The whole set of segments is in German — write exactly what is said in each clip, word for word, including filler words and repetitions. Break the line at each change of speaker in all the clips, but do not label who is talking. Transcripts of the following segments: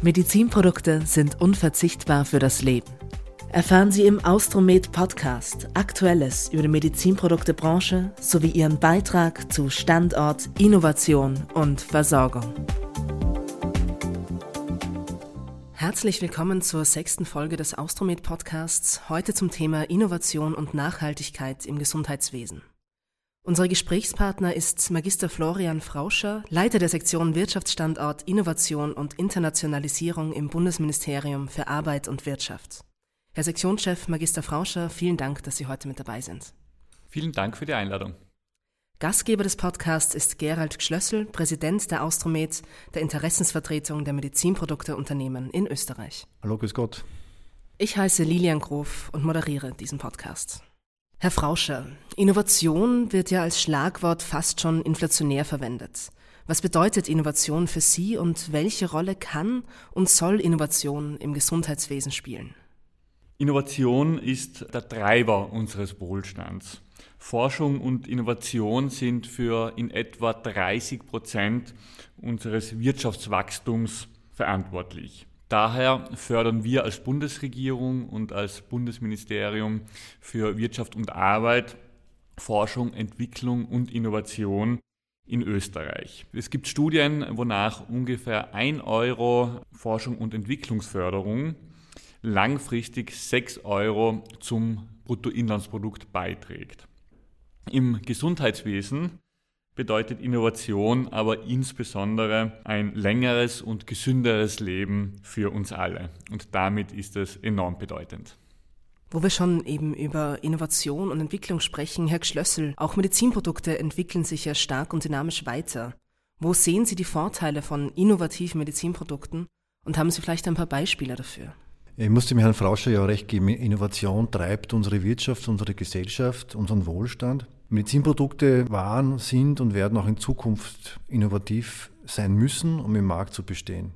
Medizinprodukte sind unverzichtbar für das Leben. Erfahren Sie im Austromed Podcast Aktuelles über die Medizinproduktebranche sowie ihren Beitrag zu Standort, Innovation und Versorgung. Herzlich willkommen zur sechsten Folge des Austromed Podcasts, heute zum Thema Innovation und Nachhaltigkeit im Gesundheitswesen. Unser Gesprächspartner ist Magister Florian Frauscher, Leiter der Sektion Wirtschaftsstandort, Innovation und Internationalisierung im Bundesministerium für Arbeit und Wirtschaft. Herr Sektionschef Magister Frauscher, vielen Dank, dass Sie heute mit dabei sind.
Vielen Dank für die Einladung.
Gastgeber des Podcasts ist Gerald Gschlössl, Präsident der Austromed, der Interessensvertretung der Medizinprodukteunternehmen in Österreich.
Hallo, grüß Gott.
Ich heiße Lilian Grof und moderiere diesen Podcast. Herr Frauscher, Innovation wird ja als Schlagwort fast schon inflationär verwendet. Was bedeutet Innovation für Sie und welche Rolle kann und soll Innovation im Gesundheitswesen spielen?
Innovation ist der Treiber unseres Wohlstands. Forschung und Innovation sind für in etwa dreißig Prozent unseres Wirtschaftswachstums verantwortlich. Daher fördern wir als Bundesregierung und als Bundesministerium für Wirtschaft und Arbeit Forschung, Entwicklung und Innovation in Österreich. Es gibt Studien, wonach ungefähr ein Euro Forschung und Entwicklungsförderung langfristig sechs Euro zum Bruttoinlandsprodukt beiträgt. Im Gesundheitswesen bedeutet Innovation aber insbesondere ein längeres und gesünderes Leben für uns alle. Und damit ist es enorm bedeutend.
Wo wir schon eben über Innovation und Entwicklung sprechen, Herr Gschlössl, auch Medizinprodukte entwickeln sich ja stark und dynamisch weiter. Wo sehen Sie die Vorteile von innovativen Medizinprodukten und haben Sie vielleicht ein paar Beispiele dafür?
Ich muss dem Herrn Frauscher ja recht geben, Innovation treibt unsere Wirtschaft, unsere Gesellschaft, unseren Wohlstand. Medizinprodukte waren, sind und werden auch in Zukunft innovativ sein müssen, um im Markt zu bestehen.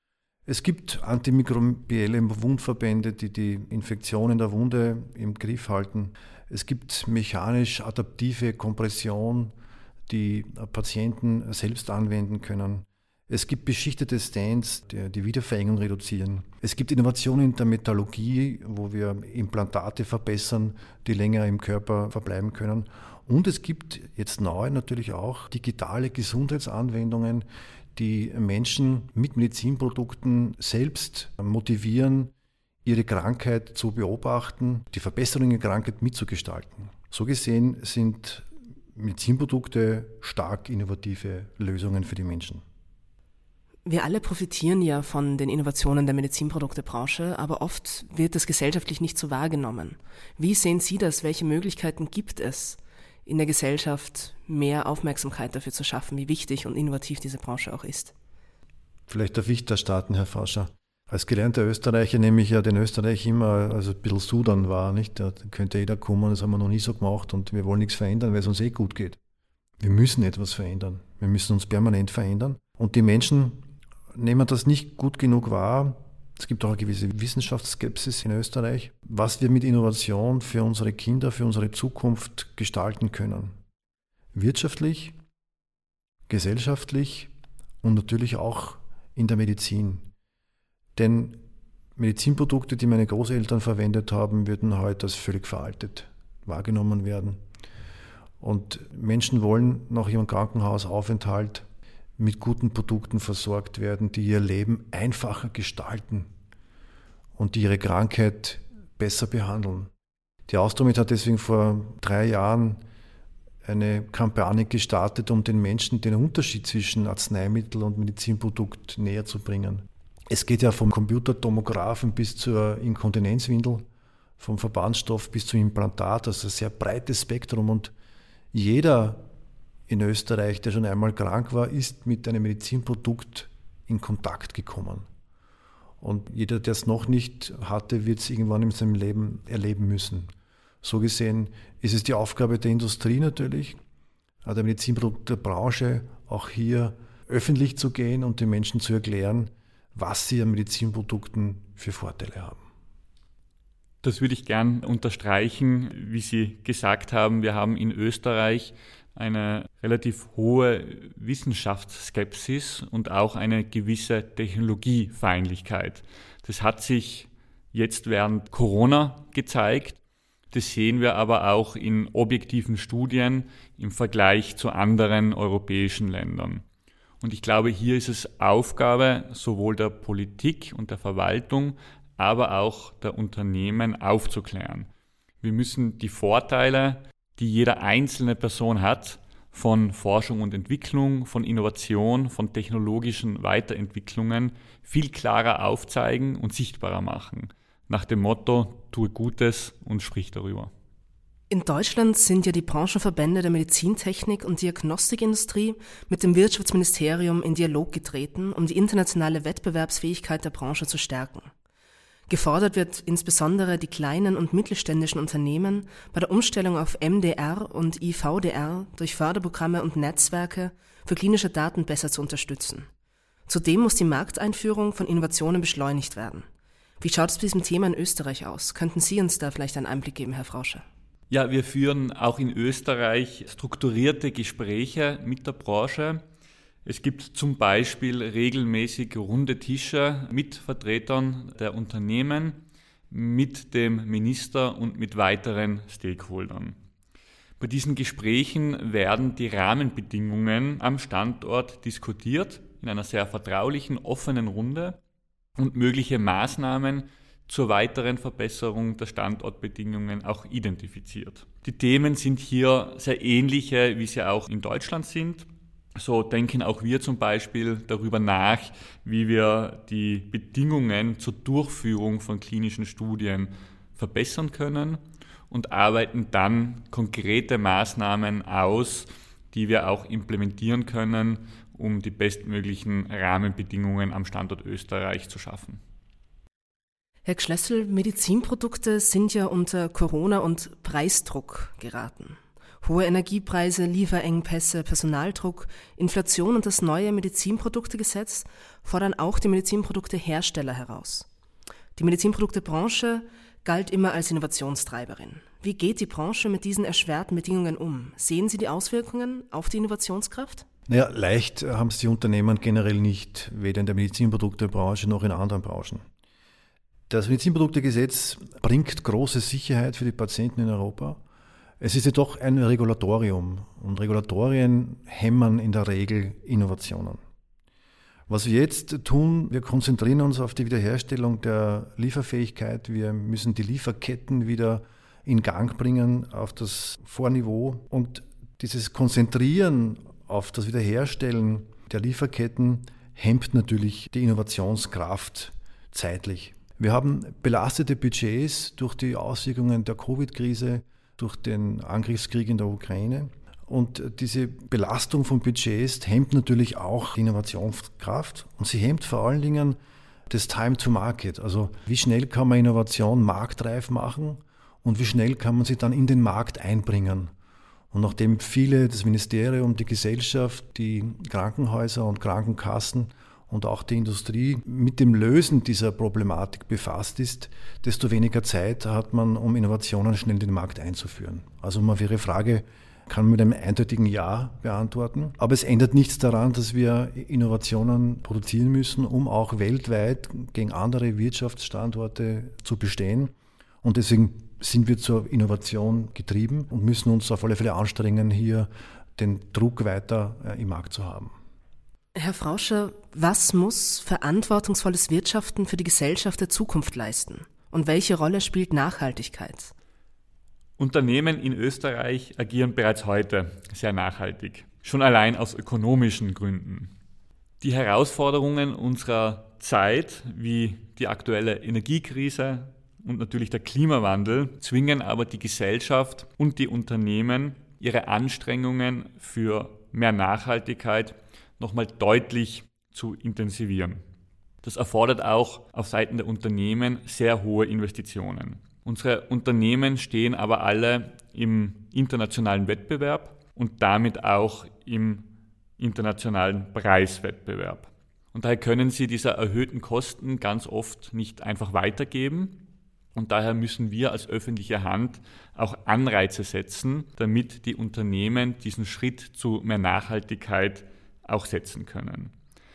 Es gibt antimikrobielle Wundverbände, die die Infektionen der Wunde im Griff halten. Es gibt mechanisch adaptive Kompression, die Patienten selbst anwenden können. Es gibt beschichtete Stents, die die Wiederverengung reduzieren. Es gibt Innovationen in der Metallurgie, wo wir Implantate verbessern, die länger im Körper verbleiben können. Und es gibt jetzt neu natürlich auch digitale Gesundheitsanwendungen, die Menschen mit Medizinprodukten selbst motivieren, ihre Krankheit zu beobachten, die Verbesserung der Krankheit mitzugestalten. So gesehen sind Medizinprodukte stark innovative Lösungen für die Menschen.
Wir alle profitieren ja von den Innovationen der Medizinproduktebranche, aber oft wird das gesellschaftlich nicht so wahrgenommen. Wie sehen Sie das? Welche Möglichkeiten gibt es, in der Gesellschaft mehr Aufmerksamkeit dafür zu schaffen, wie wichtig und innovativ diese Branche auch ist?
Vielleicht darf ich da starten, Herr Frauscher. Als gelernter Österreicher nehme ich ja den Österreich immer also ein bisschen Sudan wahr, nicht? Da könnte jeder kommen, das haben wir noch nie so gemacht und wir wollen nichts verändern, weil es uns eh gut geht. Wir müssen etwas verändern. Wir müssen uns permanent verändern. Und die Menschen nehmen das nicht gut genug wahr. Es gibt auch eine gewisse Wissenschaftsskepsis in Österreich, was wir mit Innovation für unsere Kinder, für unsere Zukunft gestalten können. Wirtschaftlich, gesellschaftlich und natürlich auch in der Medizin. Denn Medizinprodukte, die meine Großeltern verwendet haben, würden heute als völlig veraltet wahrgenommen werden. Und Menschen wollen nach ihrem Krankenhausaufenthalt mit guten Produkten versorgt werden, die ihr Leben einfacher gestalten und die ihre Krankheit besser behandeln. Die Austromed hat deswegen vor drei Jahren eine Kampagne gestartet, um den Menschen den Unterschied zwischen Arzneimittel und Medizinprodukt näher zu bringen. Es geht ja vom Computertomographen bis zur Inkontinenzwindel, vom Verbandsstoff bis zum Implantat, also ein sehr breites Spektrum und jeder in Österreich, der schon einmal krank war, ist mit einem Medizinprodukt in Kontakt gekommen. Und jeder, der es noch nicht hatte, wird es irgendwann in seinem Leben erleben müssen. So gesehen ist es die Aufgabe der Industrie natürlich, der Medizinproduktebranche, auch hier öffentlich zu gehen und den Menschen zu erklären, was sie an Medizinprodukten für Vorteile haben.
Das würde ich gern unterstreichen, wie Sie gesagt haben. Wir haben in Österreich eine relativ hohe Wissenschaftsskepsis und auch eine gewisse Technologiefeindlichkeit. Das hat sich jetzt während Corona gezeigt. Das sehen wir aber auch in objektiven Studien im Vergleich zu anderen europäischen Ländern. Und ich glaube, hier ist es Aufgabe sowohl der Politik und der Verwaltung, aber auch der Unternehmen aufzuklären. Wir müssen die Vorteile, die jede einzelne Person hat, von Forschung und Entwicklung, von Innovation, von technologischen Weiterentwicklungen viel klarer aufzeigen und sichtbarer machen. Nach dem Motto, tue Gutes und sprich darüber.
In Deutschland sind ja die Branchenverbände der Medizintechnik und Diagnostikindustrie mit dem Wirtschaftsministerium in Dialog getreten, um die internationale Wettbewerbsfähigkeit der Branche zu stärken. Gefordert wird insbesondere die kleinen und mittelständischen Unternehmen bei der Umstellung auf M D R und I V D R durch Förderprogramme und Netzwerke für klinische Daten besser zu unterstützen. Zudem muss die Markteinführung von Innovationen beschleunigt werden. Wie schaut es bei diesem Thema in Österreich aus? Könnten Sie uns da vielleicht einen Einblick geben, Herr Frauscher?
Ja, wir führen auch in Österreich strukturierte Gespräche mit der Branche. Es gibt zum Beispiel regelmäßig runde Tische mit Vertretern der Unternehmen, mit dem Minister und mit weiteren Stakeholdern. Bei diesen Gesprächen werden die Rahmenbedingungen am Standort diskutiert, in einer sehr vertraulichen, offenen Runde und mögliche Maßnahmen zur weiteren Verbesserung der Standortbedingungen auch identifiziert. Die Themen sind hier sehr ähnliche, wie sie auch in Deutschland sind. So denken auch wir zum Beispiel darüber nach, wie wir die Bedingungen zur Durchführung von klinischen Studien verbessern können und arbeiten dann konkrete Maßnahmen aus, die wir auch implementieren können, um die bestmöglichen Rahmenbedingungen am Standort Österreich zu schaffen.
Herr Gschlessel, Medizinprodukte sind ja unter Corona- und Preisdruck geraten. Hohe Energiepreise, Lieferengpässe, Personaldruck, Inflation und das neue Medizinproduktegesetz fordern auch die Medizinproduktehersteller heraus. Die Medizinproduktebranche galt immer als Innovationstreiberin. Wie geht die Branche mit diesen erschwerten Bedingungen um? Sehen Sie die Auswirkungen auf die Innovationskraft?
Naja, leicht haben es die Unternehmen generell nicht, weder in der Medizinproduktebranche noch in anderen Branchen. Das Medizinproduktegesetz bringt große Sicherheit für die Patienten in Europa. Es ist jedoch ein Regulatorium und Regulatorien hämmern in der Regel Innovationen. Was wir jetzt tun, wir konzentrieren uns auf die Wiederherstellung der Lieferfähigkeit. Wir müssen die Lieferketten wieder in Gang bringen auf das Vorniveau. Und dieses Konzentrieren auf das Wiederherstellen der Lieferketten hemmt natürlich die Innovationskraft zeitlich. Wir haben belastete Budgets durch die Auswirkungen der Covid-Krise, durch den Angriffskrieg in der Ukraine. Und diese Belastung von Budgets hemmt natürlich auch die Innovationskraft und sie hemmt vor allen Dingen das Time to Market. Also wie schnell kann man Innovation marktreif machen und wie schnell kann man sie dann in den Markt einbringen. Und nachdem viele, das Ministerium, die Gesellschaft, die Krankenhäuser und Krankenkassen und auch die Industrie mit dem Lösen dieser Problematik befasst ist, desto weniger Zeit hat man, um Innovationen schnell in den Markt einzuführen. Also um auf Ihre Frage kann man mit einem eindeutigen Ja beantworten. Aber es ändert nichts daran, dass wir Innovationen produzieren müssen, um auch weltweit gegen andere Wirtschaftsstandorte zu bestehen. Und deswegen sind wir zur Innovation getrieben und müssen uns auf alle Fälle anstrengen, hier den Druck weiter im Markt zu haben.
Herr Frauscher, was muss verantwortungsvolles Wirtschaften für die Gesellschaft der Zukunft leisten? Und welche Rolle spielt Nachhaltigkeit?
Unternehmen in Österreich agieren bereits heute sehr nachhaltig, schon allein aus ökonomischen Gründen. Die Herausforderungen unserer Zeit, wie die aktuelle Energiekrise und natürlich der Klimawandel, zwingen aber die Gesellschaft und die Unternehmen, ihre Anstrengungen für mehr Nachhaltigkeit nochmal deutlich zu intensivieren. Das erfordert auch auf Seiten der Unternehmen sehr hohe Investitionen. Unsere Unternehmen stehen aber alle im internationalen Wettbewerb und damit auch im internationalen Preiswettbewerb. Und daher können sie diese erhöhten Kosten ganz oft nicht einfach weitergeben. Und daher müssen wir als öffentliche Hand auch Anreize setzen, damit die Unternehmen diesen Schritt zu mehr Nachhaltigkeit auch setzen können.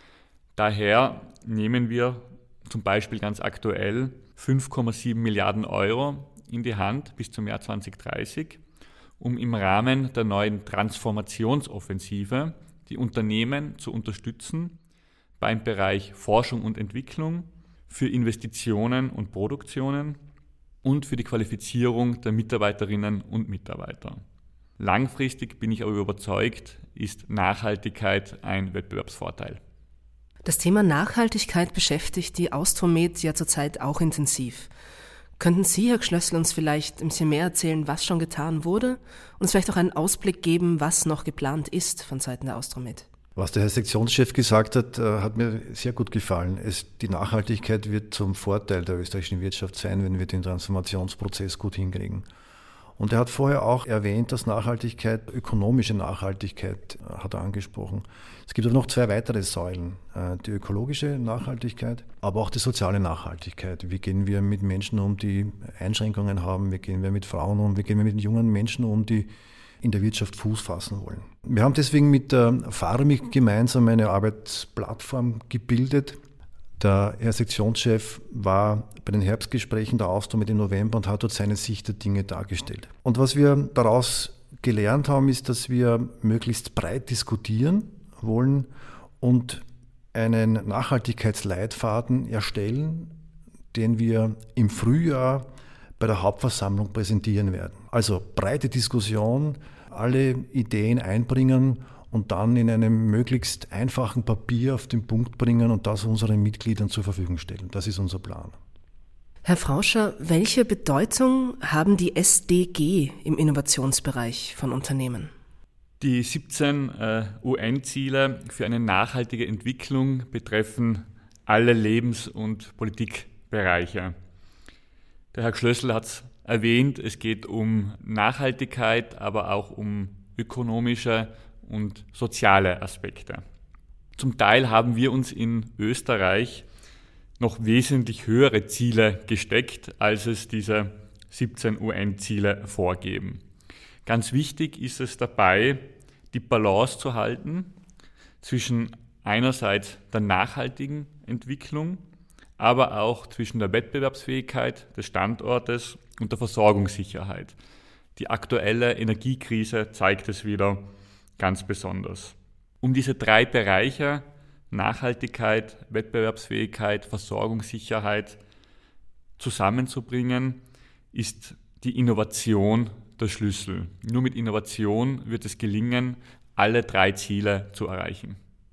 Daher nehmen wir zum Beispiel ganz aktuell fünf Komma sieben Milliarden Euro in die Hand bis zum Jahr zwanzig dreißig, um im Rahmen der neuen Transformationsoffensive die Unternehmen zu unterstützen beim Bereich Forschung und Entwicklung, für Investitionen und Produktionen und für die Qualifizierung der Mitarbeiterinnen und Mitarbeiter. Langfristig bin ich aber überzeugt, ist Nachhaltigkeit ein Wettbewerbsvorteil.
Das Thema Nachhaltigkeit beschäftigt die Austromed ja zurzeit auch intensiv. Könnten Sie, Herr Schlössl, uns vielleicht ein bisschen mehr erzählen, was schon getan wurde, uns vielleicht auch einen Ausblick geben, was noch geplant ist von Seiten der Austromed?
Was der Herr Sektionschef gesagt hat, hat mir sehr gut gefallen. Es, die Nachhaltigkeit wird zum Vorteil der österreichischen Wirtschaft sein, wenn wir den Transformationsprozess gut hinkriegen. Und er hat vorher auch erwähnt, dass Nachhaltigkeit, ökonomische Nachhaltigkeit hat er angesprochen. Es gibt aber noch zwei weitere Säulen. Die ökologische Nachhaltigkeit, aber auch die soziale Nachhaltigkeit. Wie gehen wir mit Menschen um, die Einschränkungen haben? Wie gehen wir mit Frauen um? Wie gehen wir mit jungen Menschen um, die in der Wirtschaft Fuß fassen wollen? Wir haben deswegen mit der Pharmik gemeinsam eine Arbeitsplattform gebildet. Der Herr Sektionschef war bei den Herbstgesprächen der Austromed im November und hat dort seine Sicht der Dinge dargestellt. Und was wir daraus gelernt haben, ist, dass wir möglichst breit diskutieren wollen und einen Nachhaltigkeitsleitfaden erstellen, den wir im Frühjahr bei der Hauptversammlung präsentieren werden. Also breite Diskussion, alle Ideen einbringen und dann in einem möglichst einfachen Papier auf den Punkt bringen und das unseren Mitgliedern zur Verfügung stellen. Das ist unser Plan.
Herr Frauscher, welche Bedeutung haben die S D G im Innovationsbereich von Unternehmen?
Die siebzehn äh, U N-Ziele für eine nachhaltige Entwicklung betreffen alle Lebens- und Politikbereiche. Der Herr Schlössl hat es erwähnt, es geht um Nachhaltigkeit, aber auch um ökonomische und soziale Aspekte. Zum Teil haben wir uns in Österreich noch wesentlich höhere Ziele gesteckt, als es diese siebzehn U N-Ziele vorgeben. Ganz wichtig ist es dabei, die Balance zu halten zwischen einerseits der nachhaltigen Entwicklung, aber auch zwischen der Wettbewerbsfähigkeit des Standortes und der Versorgungssicherheit. Die aktuelle Energiekrise zeigt es wieder ganz besonders. Um diese drei Bereiche, Nachhaltigkeit, Wettbewerbsfähigkeit, Versorgungssicherheit, zusammenzubringen, ist die Innovation der Schlüssel. Nur mit Innovation wird es gelingen, alle drei Ziele zu erreichen.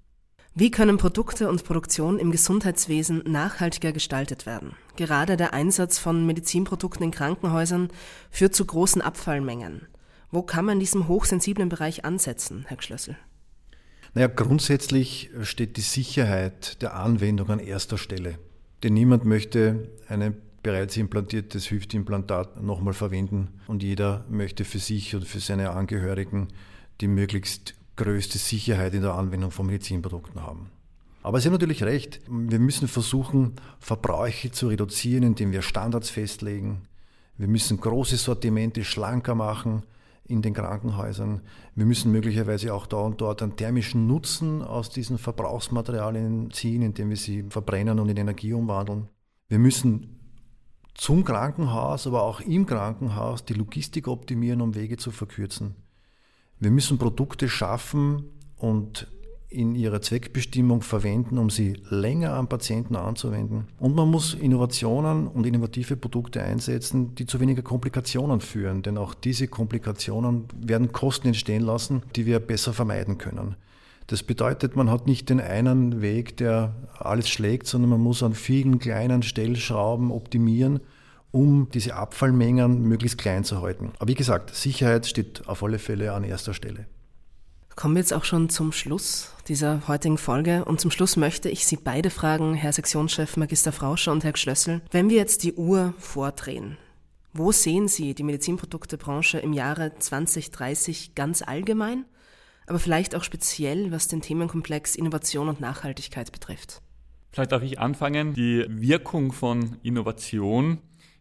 Wie können Produkte und Produktion im Gesundheitswesen nachhaltiger gestaltet werden? Gerade der Einsatz von Medizinprodukten in Krankenhäusern führt zu großen Abfallmengen. Wo kann man in diesem hochsensiblen Bereich ansetzen, Herr Schlössl?
Naja, grundsätzlich steht die Sicherheit der Anwendung an erster Stelle. Denn niemand möchte ein bereits implantiertes Hüftimplantat nochmal verwenden und jeder möchte für sich und für seine Angehörigen die möglichst größte Sicherheit in der Anwendung von Medizinprodukten haben. Aber Sie haben natürlich recht, wir müssen versuchen, Verbräuche zu reduzieren, indem wir Standards festlegen. Wir müssen große Sortimente schlanker machen in den Krankenhäusern. Wir müssen möglicherweise auch da und dort einen thermischen Nutzen aus diesen Verbrauchsmaterialien ziehen, indem wir sie verbrennen und in Energie umwandeln. Wir müssen zum Krankenhaus, aber auch im Krankenhaus die Logistik optimieren, um Wege zu verkürzen. Wir müssen Produkte schaffen und in ihrer Zweckbestimmung verwenden, um sie länger am Patienten anzuwenden. Und man muss Innovationen und innovative Produkte einsetzen, die zu weniger Komplikationen führen. Denn auch diese Komplikationen werden Kosten entstehen lassen, die wir besser vermeiden können. Das bedeutet, man hat nicht den einen Weg, der alles schlägt, sondern man muss an vielen kleinen Stellschrauben optimieren, um diese Abfallmengen möglichst klein zu halten. Aber wie gesagt, Sicherheit steht auf alle Fälle an erster Stelle.
Kommen wir jetzt auch schon zum Schluss dieser heutigen Folge. Und zum Schluss möchte ich Sie beide fragen, Herr Sektionschef Magister Frauscher und Herr Schlössl, wenn wir jetzt die Uhr vordrehen, wo sehen Sie die Medizinproduktebranche im Jahre zwanzig dreißig ganz allgemein, aber vielleicht auch speziell, was den Themenkomplex Innovation und Nachhaltigkeit betrifft?
Vielleicht darf ich anfangen. Die Wirkung von Innovation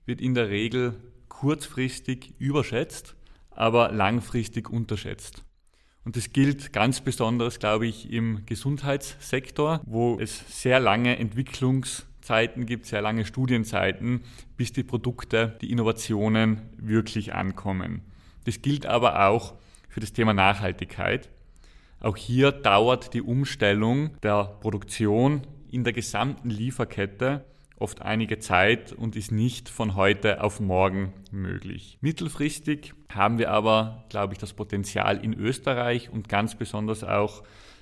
wird in der Regel kurzfristig überschätzt, aber langfristig unterschätzt. Und das gilt ganz besonders, glaube ich, im Gesundheitssektor, wo es sehr lange Entwicklungszeiten gibt, sehr lange Studienzeiten, bis die Produkte, die Innovationen wirklich ankommen. Das gilt aber auch für das Thema Nachhaltigkeit. Auch hier dauert die Umstellung der Produktion in der gesamten Lieferkette oft einige Zeit und ist nicht von heute auf morgen möglich. Mittelfristig haben wir aber, glaube ich, das Potenzial in Österreich und ganz besonders auch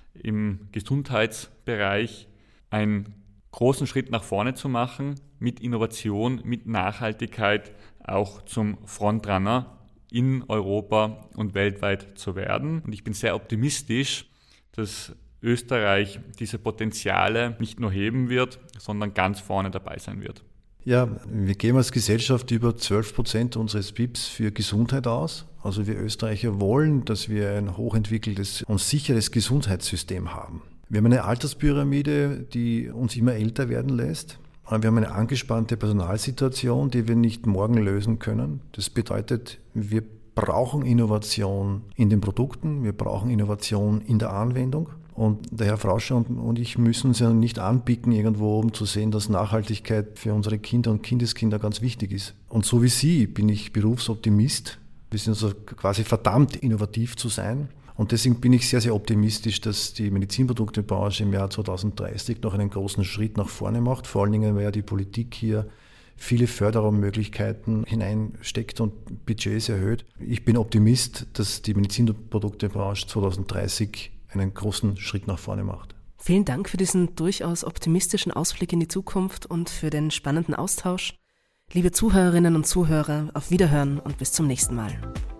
im Gesundheitsbereich einen großen Schritt nach vorne zu machen, mit Innovation, mit Nachhaltigkeit auch zum Frontrunner in Europa und weltweit zu werden. Und ich bin sehr optimistisch, dass Österreich diese Potenziale nicht nur heben wird, sondern ganz vorne dabei sein wird.
Ja, wir geben als Gesellschaft über zwölf Prozent unseres B I Ps für Gesundheit aus. Also wir Österreicher wollen, dass wir ein hochentwickeltes und sicheres Gesundheitssystem haben. Wir haben eine Alterspyramide, die uns immer älter werden lässt. Wir haben eine angespannte Personalsituation, die wir nicht morgen lösen können. Das bedeutet, wir brauchen Innovation in den Produkten, wir brauchen Innovation in der Anwendung. Und der Herr Frauscher und ich müssen uns ja nicht anbieten, irgendwo um zu sehen, dass Nachhaltigkeit für unsere Kinder und Kindeskinder ganz wichtig ist. Und so wie Sie bin ich Berufsoptimist. Wir sind also quasi verdammt, innovativ zu sein. Und deswegen bin ich sehr, sehr optimistisch, dass die Medizinproduktebranche im Jahr zweitausenddreißig noch einen großen Schritt nach vorne macht. Vor allen Dingen, weil ja die Politik hier viele Fördermöglichkeiten hineinsteckt und Budgets erhöht. Ich bin Optimist, dass die Medizinproduktebranche zweitausenddreißig einen großen Schritt nach vorne macht.
Vielen Dank für diesen durchaus optimistischen Ausblick in die Zukunft und für den spannenden Austausch. Liebe Zuhörerinnen und Zuhörer, auf Wiederhören und bis zum nächsten Mal.